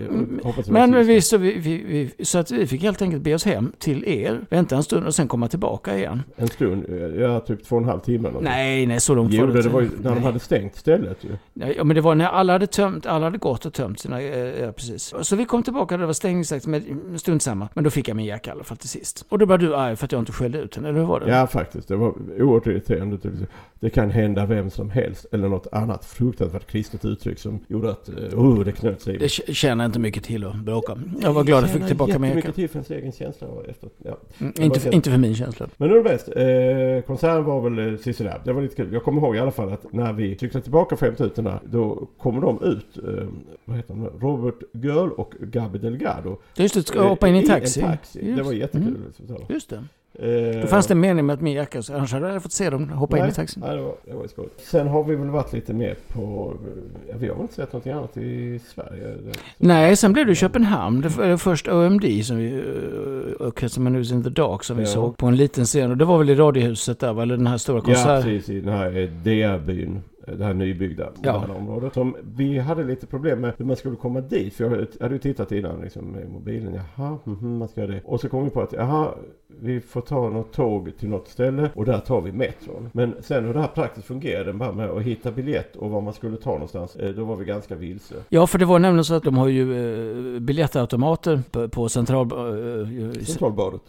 Men så att vi fick helt enkelt be oss hem till er, vänta en stund och sen komma tillbaka igen. En stund? Ja, typ 2,5 timmar. Nej, så långt var det. Det var ju när de hade stängt stället ju. Ja, men det var när alla hade gått och tömt sina, ja precis. Så vi kom tillbaka, det var stängningsakt med stund samma, men då fick jag min jacka i alla fall till sist. Och då var du arg för att jag inte skällde ut henne, eller hur var det? Ja, faktiskt. Det var oerhört irriterande. Det kan hända vem som helst, eller något annat fruktansvärt kristet uttryck som gjorde att det knöt sig. Det känner inte mycket till att bråka. Jag var glad att jag fick tillbaka min jacka. Mycket till för ens egen känsla efter. Ja. Inte för min känsla. Men nu är det bäst. Konserten var väl sisådär. Det var lite kul. Jag kommer ihåg i alla fall att när vi cyklade tillbaka 5 minuterna, då kommer de ut, vad heter de? Robert Girl och Gabi Delgado. Just det, ska hoppa in i taxi. Det var jättekul. Just det. Då fanns det en mening med att min jacka, så annars hade jag fått se dem hoppa in i taxin. Nej, det var skoj. Sen har vi väl varit lite mer på, vi har väl inte sett något annat i Sverige. Nej, sen blev det Köpenhamn. Det var först OMD som vi, Orchestra Manus in the Dark, som vi såg på en liten scen. Och det var väl i Radiohuset där, eller den här stora konserten. Ja, precis, i den här DR-byn. Det här nybyggda området. Vi hade lite problem med hur man skulle komma dit. För jag hade ju tittat innan liksom, med mobilen. Man ska göra det. Och så kom vi på att vi får ta något tåg till något ställe. Och där tar vi metron. Men sen hur det här praktiskt fungerade bara med att hitta biljett och vad man skulle ta någonstans. Då var vi ganska vilse. Ja, för det var nämligen så att de har ju biljettautomater på Centralbadet.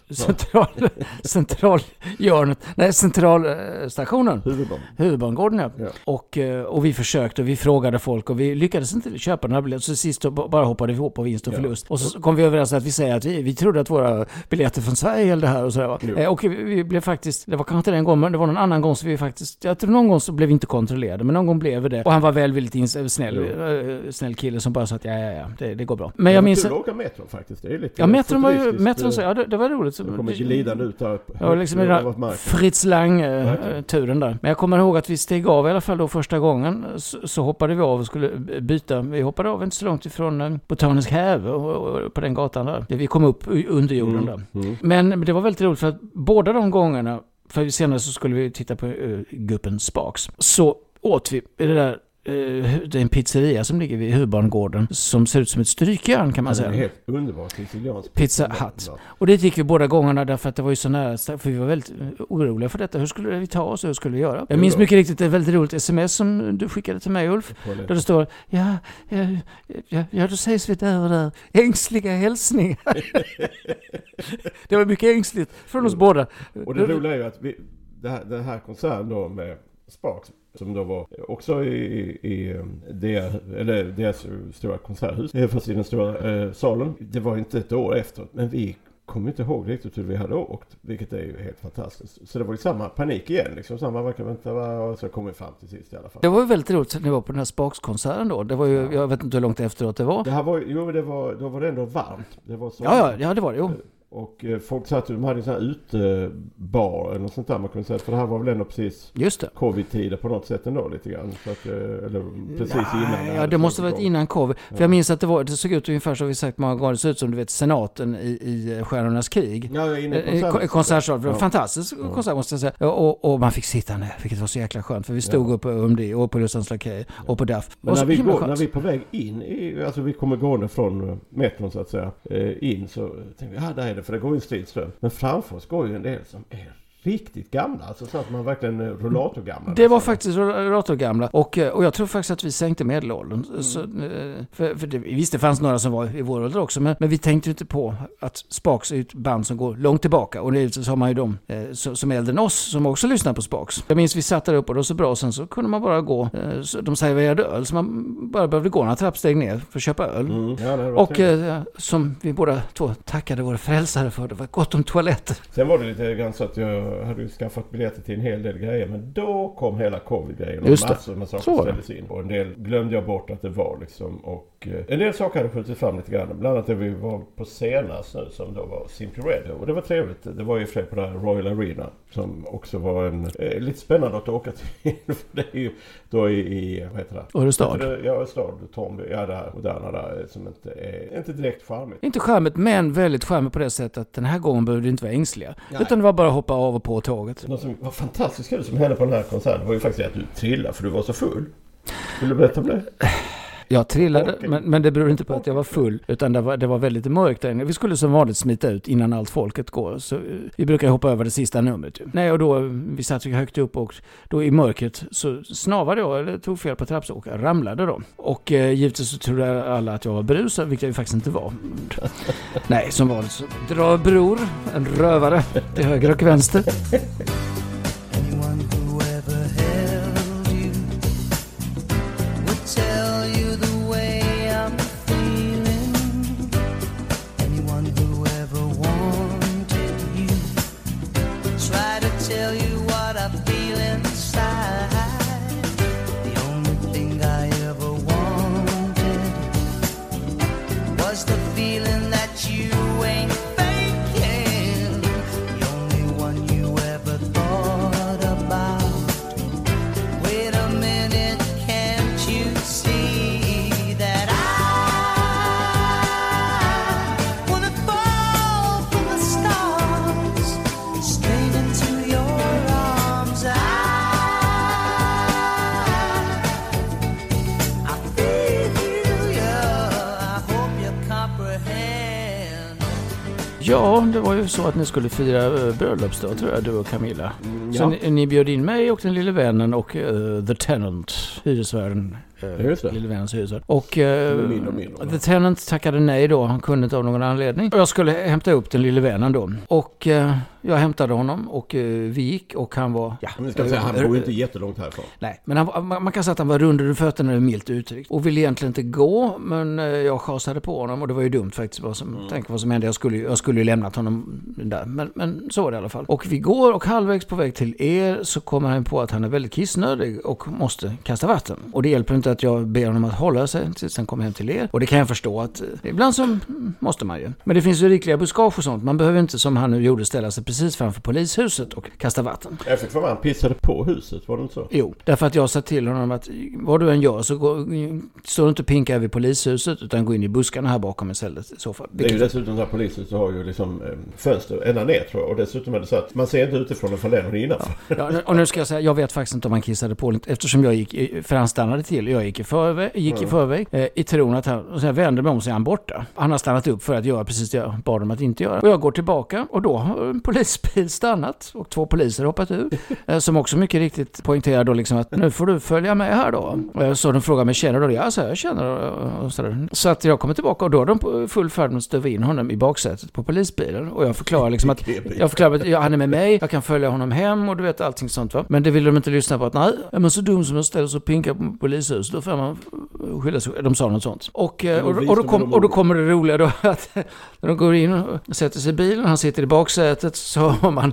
Centralhjörnet. Nej, centralstationen. Huvudbangården, ja. Och vi försökte och vi frågade folk och vi lyckades inte köpa den här biljetten. Så sist bara hoppade vi ihop på vinst och förlust. Och så kom vi överens att vi säger att vi trodde att våra biljetter från Sverige gällde här och sådär. Och vi blev faktiskt, det var kanske inte den gången, men det var någon annan gång så vi faktiskt, jag tror någon gång så blev vi inte kontrollerade, men någon gång blev vi det. Och han var väldigt snäll kille som bara sa att det går bra. Men jag minns att åka metron faktiskt. Det är lite metron så det var roligt. Det kommer glidande ut där. Ja, liksom den där Fritz Lang turen där. Men jag kommer ihåg att vi steg av i alla fall då första gången, så hoppade vi av och skulle byta. Vi hoppade av inte så långt ifrån Botanisk häve och på den gatan där. Vi kom upp under jorden där. Men det var väldigt roligt för att båda de gångerna, för senare så skulle vi titta på gruppen Sparks, så åt vi det där. Det är en pizzeria som ligger vid Huvudbangården som ser ut som ett strykjärn, kan man säga. Det är helt underbart. Pizza Hut. Och det gick vi båda gångerna därför att det var ju så nära, för vi var väldigt oroliga för detta. Hur skulle vi ta oss och hur skulle vi göra? Jag minns mycket riktigt ett väldigt roligt sms som du skickade till mig, Ulf. Där det står, då sägs vi där och där. Ängsliga hälsningar. Det var mycket ängsligt från oss båda. Och det roliga är ju att den här konserten då med Sparks, som då var också i deras stora konserthus, fast i den stora salen. Det var inte ett år efter, men vi kommer inte ihåg riktigt hur vi hade åkt, vilket är ju helt fantastiskt. Så det var ju samma panik igen, liksom, samma och så kom vi fram till sist i alla fall. Det var ju väldigt roligt när vi var på den här Sparks-konserten då. Det var ju, jag vet inte hur långt efteråt det var. Det här var då var det ändå varmt. Det var så. Ja, det var det ju. Och folk satt, de hade en sån här utebar eller något sånt där man kunde säga, för det här var väl ändå precis covid-tider på något sätt ändå lite grann, så att, eller precis innan. Ja, det måste varit innan covid. För jag minns att det såg ut ungefär som vi sagt många gånger, det såg ut som du vet senaten i Stjärnornas krig. Ja, i konsertsal. Det var en fantastisk konsert måste jag säga. Och man fick sitta ner, vilket var så jäkla skönt, för vi stod upp på UMD och på Lussans Lakej och på DAF. Men när vi är på väg in alltså vi kommer gående från metron så att säga in, så tänkte vi, där är det, för det går ju en stridström. Men framför oss går ju en del som är riktigt gamla? Alltså så att man verkligen rullatorgamla? Det var faktiskt rullatorgamla. Och jag tror faktiskt att vi sänkte medelåldern. Så, visst, det fanns några som var i vår ålder också. Men vi tänkte inte på att Sparks är ett band som går långt tillbaka. Och det så har man ju de som är äldre än oss som också lyssnar på Sparks. Jag minns vi satt där uppe och det var så bra. Sen så kunde man bara gå. De serverade öl. Så man bara behövde gå några trappsteg ner för att köpa öl. Och som vi båda två tackade våra frälsare för. Det var gott om toaletter. Sen var det lite grann så att jag hade ju skaffat biljetter till en hel del grejer. Men då kom hela covid-grejen. Och massor med saker ställdes in. Och en del glömde jag bort att det var liksom. Och en del saker hade skjutit fram lite grann. Bland annat det vi var på senast nu som då var Simply Red. Och det var trevligt. Det var ju fler på där Royal Arena. Som också var en lite spännande att åka till. Det är ju då i vad heter det? Örestad. Ja, Örestad. Tomby. Ja, det här moderna där som inte direkt charmigt. Inte charmigt, men väldigt charmigt på det sättet att den här gången behövde det inte vara ängsliga. Nej. Utan det var bara att hoppa av och på tåget. Något som var fantastiskt kul som hände på den här konserten var ju faktiskt att du trillade för du var så full. Vill du berätta om det? Jag trillade, men det beror inte på att jag var full, utan det var väldigt mörkt där inne. Vi skulle som vanligt smita ut innan allt folket går, så vi brukar hoppa över det sista numret. Nej, och då, vi satt högt upp och då i mörkret så snavade jag, eller tog fel på trappsteg och ramlade då. Och givetvis så trodde alla att jag var brusad, vilket jag faktiskt inte var. Nej, som vanligt så drar bror, en rövare, till höger och vänster. Ja, det var ju så att ni skulle fira bröllopsdag, tror jag, du och Camilla. Så ni bjöd in mig och den lille vännen och The Tenant, hyresvärden. Lille vännens hyresvärd. Och The Tenant tackade nej då, han kunde inte av någon anledning. Och jag skulle hämta upp den lille vännen då. Och jag hämtade honom och vi gick och han var... Ja, men ska säga, han bor ju inte jättelångt härifrån. Nej, men man kan säga att han var rund under fötterna, milt uttryckt. Och ville egentligen inte gå, men jag chasade på honom och det var ju dumt faktiskt tänk vad som hände. Jag skulle ju lämnat honom där, men så var det i alla fall. Och vi går och halvvägs på väg till er så kommer han på att han är väldigt kissnödig och måste kasta vatten. Och det hjälper inte att jag ber honom att hålla sig tills han kommer hem till er. Och det kan jag förstå att ibland så måste man ju. Men det finns ju rikliga buskage och sånt. Man behöver inte som han nu gjorde ställa sig precis framför polishuset och kasta vatten. Efter han pissade på huset, var det inte så? Jo, därför att jag sa till honom att vad du än gör så står du inte pinka över polishuset utan gå in i buskarna här bakom istället i så fall. Det är ju dessutom det här polishuset har ju liksom fönster ända ner tror jag. Och dessutom är det så att man ser inte utifrån och faller innanför. Ja, och nu ska jag säga, jag vet faktiskt inte om han kissade på eftersom jag för han stannade till. Jag gick i förväg i tron att och sen vände mig om så är han borta. Han har stannat upp för att göra precis det jag bad om att inte göra. Och jag går tillbaka och då har en polisbil stannat och 2 poliser hoppat ur. Som också mycket riktigt poängterar då liksom att nu får du följa med här då. Så de frågar mig, känner du det? Ja, så jag känner och sådär. Så att jag kommer tillbaka och då har de full färd med att stöva in honom i baksätet på polisbilen. Och jag förklarar liksom att han är med mig, jag kan följa honom hem och du vet allting sånt va. Men det vill de inte lyssna på att nej, är man så dum som jag ställer så pinka på polishus, då får man skilja sig. De sa något sånt. Och då kommer det roliga då att när de går in och sätter sig i bilen, han sitter i baksätet så har man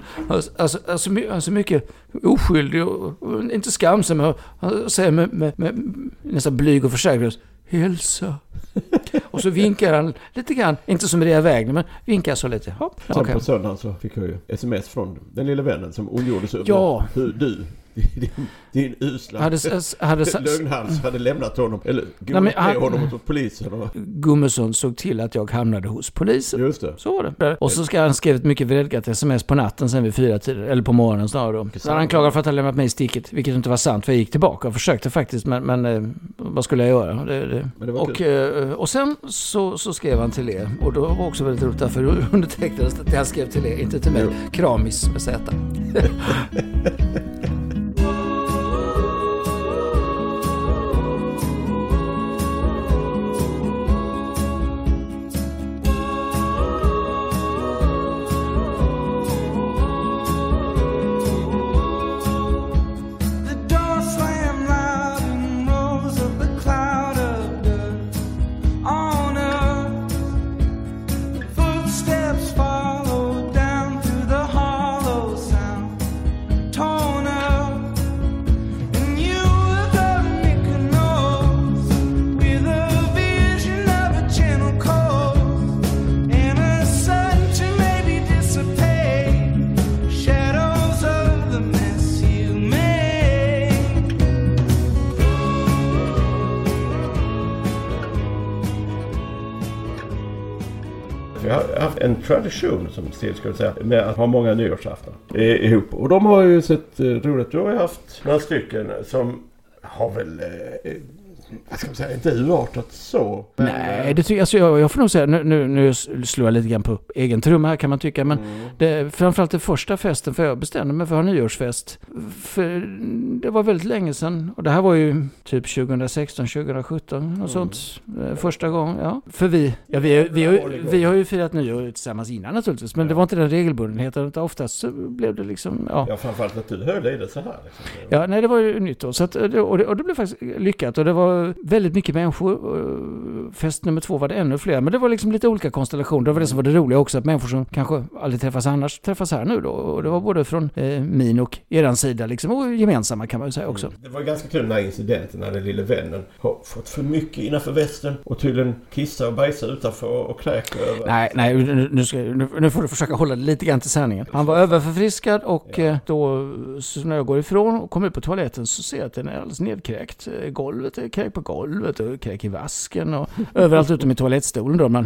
alltså mycket oskyldig och inte skamsam och han säger med nästan blyg och försäkrad hälsa. Och så vinkar han lite grann, inte som i det vägen, men vinkar så lite. Hopp. Sen på söndagen så fick jag ju sms från den lilla vännen som ondgjorde sig ja. hur du din usla hade lögnhals hade lämnat honom, eller med honom åt polisen. Och... Gummesson såg till att jag hamnade hos polisen. Just det. Så var det. Och så ska han skriva ett mycket vredgat sms på natten sen vid 4-tiden, eller på morgonen snarare då. Så han anklagade för att ha lämnat mig i sticket, vilket inte var sant, för jag gick tillbaka och försökte faktiskt, men vad skulle jag göra? Men det var och sen så skrev han till er, och då var också väldigt roligt, därför undertecknades att jag skrev till er, inte till mig. Kramis med Z. Vi har haft en tradition, som Stil skulle säga, med att ha många nyårsafton ihop. Och de har ju sett roligt. Du har ju haft några stycken som har väl... vad ska man säga, inte urartat så. Men... Nej, det tycker alltså jag får nog säga, nu slår jag lite grann på egen trumma här kan man tycka, men framförallt det första festen, för jag bestämde mig för att ha nyårsfest. För det var väldigt länge sedan, och det här var ju typ 2016, 2017 och sånt, första gången, ja. För vi har ju firat nyår tillsammans innan naturligtvis, men det var inte den regelbundenheten, utan oftast så blev det liksom, ja, framförallt att du höll i det så här. Liksom. Ja, nej, det var ju nytt då, så att, och det blev faktiskt lyckat, och det var väldigt mycket människor. Fest nummer 2 var det ännu fler, men det var liksom lite olika konstellationer. Det var det som var det roliga också, att människor som kanske aldrig träffas annars träffas här nu då, och det var både från min och eran sida liksom, och gemensamma kan man ju säga också. Det var ganska kul den här incidenten när den lille vännen har fått för mycket innanför västen och tydligen kissa och bajsa utanför och kräka över. Nej, nu får du försöka hålla det lite grann till sanningen. Han var överförfriskad, och då så när jag går ifrån och kommer ut på toaletten så ser jag att den är alldeles nedkräkt. Golvet är kräkt på golvet och kräk i vasken och överallt utom i toalettstolen då.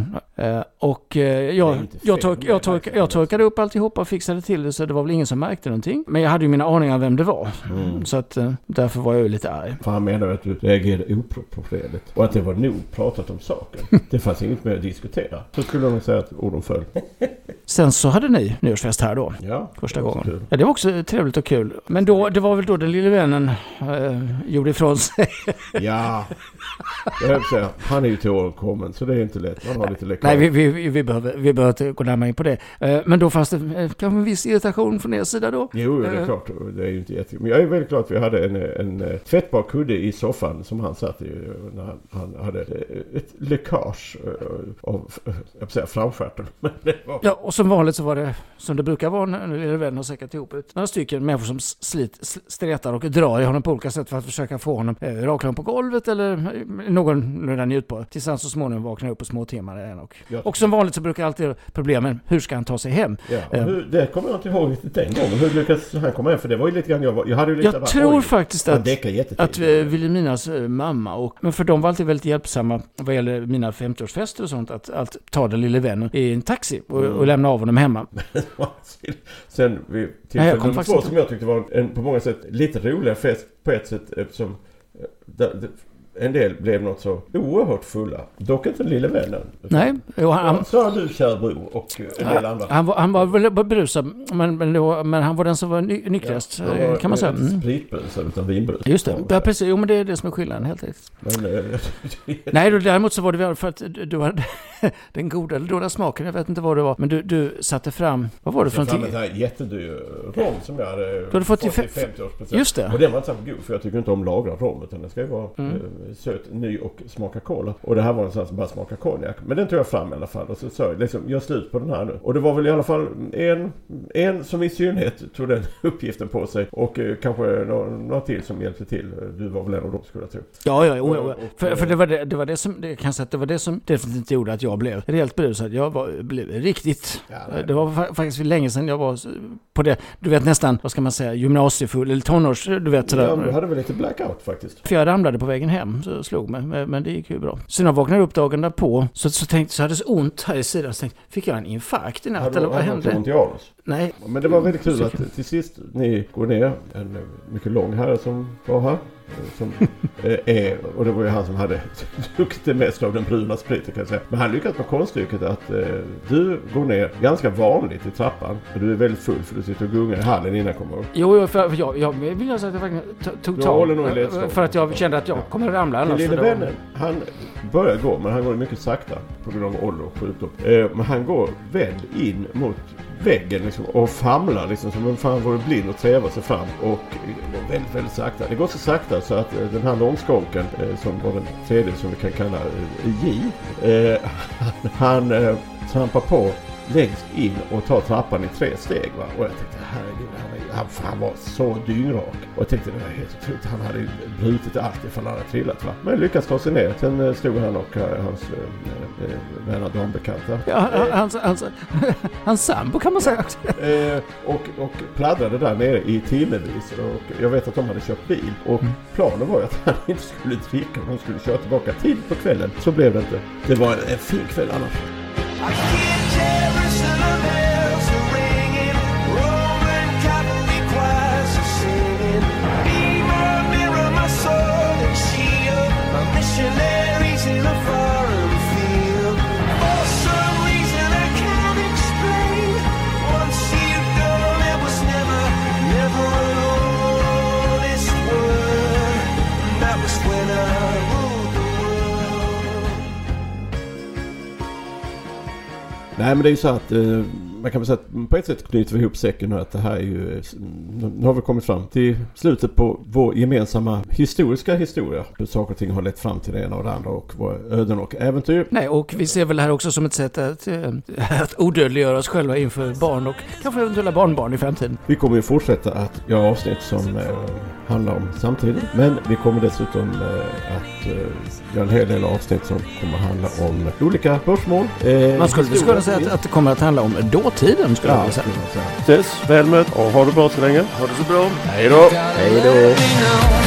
Jag torkade upp alltihopa och fixade till det, så det var väl ingen som märkte någonting. Men jag hade ju mina aningar vem det var. Så att därför var jag ju lite arg. För han menar att du reagerade oproportionerligt och att det var nog pratat om saken. Det fanns inget mer att diskutera. Så skulle de säga att orden föll. Sen så hade ni nyårsfest här då. Ja, första gången. Ja, det var också trevligt och kul. Men då, det var väl då den lille vännen gjorde ifrån sig. Ja, jag vill säga, han är ju till år kommen, så det är inte lätt. Man har lite läckert. Nej, vi behöver inte gå närmare in på det. Men då fanns det kanske en viss irritation från er sida då? Jo, det är klart. Det är ju inte jättekul. Men jag är väldigt glad att vi hade en tvättbar kudde i soffan som han satt i när han hade ett läckage av, jag vill säga, framskärten. Ja, och som vanligt så var det som det brukar vara när lilla vän har säkrat ihop ut några stycken människor som stretar och drar i honom på olika sätt för att försöka få honom rakla på golvet eller någon njutbar. Tills han så småningom vaknar upp på små timmar igen. Och som vanligt så brukar alltid problemen, hur ska han ta sig hem? Ja, det kommer jag inte ihåg riktigt den gången. Hur lyckas han komma hem? För det var ju lite grann jag hade ju lite jag tror faktiskt att Wilhelminas mamma, men för de var alltid väldigt hjälpsamma vad gäller mina 50-årsfester och sånt, att ta den lille vännen i en taxi och lämna av honom hemma. Sen till nummer 2 som jag tyckte var en på många sätt lite roligare fest på ett sätt, eftersom en del blev något så oerhört fulla. Dock inte den lille vännen. Nej. Så har du, kär bror, och en del andra. Han var väl berusad, men han var den som var nykterst, kan man säga. Spritbrusad utan vinbrus. Just det. Ja, precis. Jo, men det är det som är skillnaden, helt enkelt. Nej, däremot så var det för att du hade den goda eller dåliga smaken. Jag vet inte vad det var. Men du satte fram, vad var det från en här jättedyr rom som jag hade fått i 50-årspresent. Just det. Och den var inte så god, för jag tycker inte om lagrad rom, utan det ska ju vara söt ny och smaka cola. Och det här var en sån som bara smaka konjak. Men den tog jag fram i alla fall och så sa jag liksom, gör slut på den här nu. Och det var väl i alla fall en som i synnerhet tog den uppgiften på sig och kanske några till som hjälpte till. Du var väl en av dem, skulle jag tro. Ja. För det var det som, det kan säga att det var det som definitivt gjorde att jag blev rejält berusad. Jag blev riktigt. Det var faktiskt för länge sedan jag var på det. Du vet nästan, vad ska man säga, gymnasiefull eller tonårs, du vet sådär. Ja, du hade väl lite blackout faktiskt. För jag ramlade på vägen hem, så slog mig, men det gick ju bra. Sen jag vaknade upp dagen därpå, så tänkte så hade det ont här i sidan, så tänkte, fick jag en infarkt i natt eller vad hände? Ont i anus? Nej. Men det var väldigt kul att till sist ni går ner, en mycket lång herre som var här. Och det var ju han som hade druckit det mest av den bruna spriten, kan jag säga. Men han lyckades med konststycket att du går ner ganska vanligt i trappan och du är väldigt full för du sitter och gungar i hallen innan jag kommer upp. Jo, för jag vill säga att jag verkligen tog tag för att jag kände att jag kommer att ramla annars. Lille vännen, han börjar gå, men han går mycket sakta på grund av ålder och sjukdom. Men han går vänd in mot väggen liksom, och famlar liksom, som om fan vore blind och trävar sig fram och går väldigt, väldigt sakta. Det går så sakta så att den här långskonken som var den tredje som vi kan kalla J, han trampar på längst in och tar trappan i 3 steg, va? Och jag tänkte, herregud, han var så dyngrak. Och jag tänkte, det var helt otroligt. Han hade brutit allt ifall han hade trillat, va? Men lyckas ta sig ner. Sen stod han och hans vänner dambekanta. Ja, hans sambo kan man säga. Och pladdrade där nere i timmevis. Och jag vet att de hade kört bil. Och planen var ju att han inte skulle dricka. De skulle köra tillbaka tidigt på kvällen. Så blev det inte. Det var en fin kväll annars. Nej, men det är ju så att man kan väl säga att på ett sätt knyter vi ihop säcken nu, att det här är ju, nu har vi kommit fram till slutet på vår gemensamma historiska historia. Hur saker och ting har lett fram till det ena och det andra och våra öden och äventyr. Nej, och vi ser väl här också som ett sätt att odödliggöra oss själva inför barn och kanske eventuella barnbarn i framtiden. Vi kommer ju fortsätta att göra avsnitt som handlar om samtiden, men vi kommer dessutom att göra en hel del avsnitt som kommer handla om olika spörsmål. Man skulle säga att det kommer att handla om dåtiden, skulle jag säga. Ses, väl mött och ha det bra så länge. Ha det så bra. Hej då. Hej då.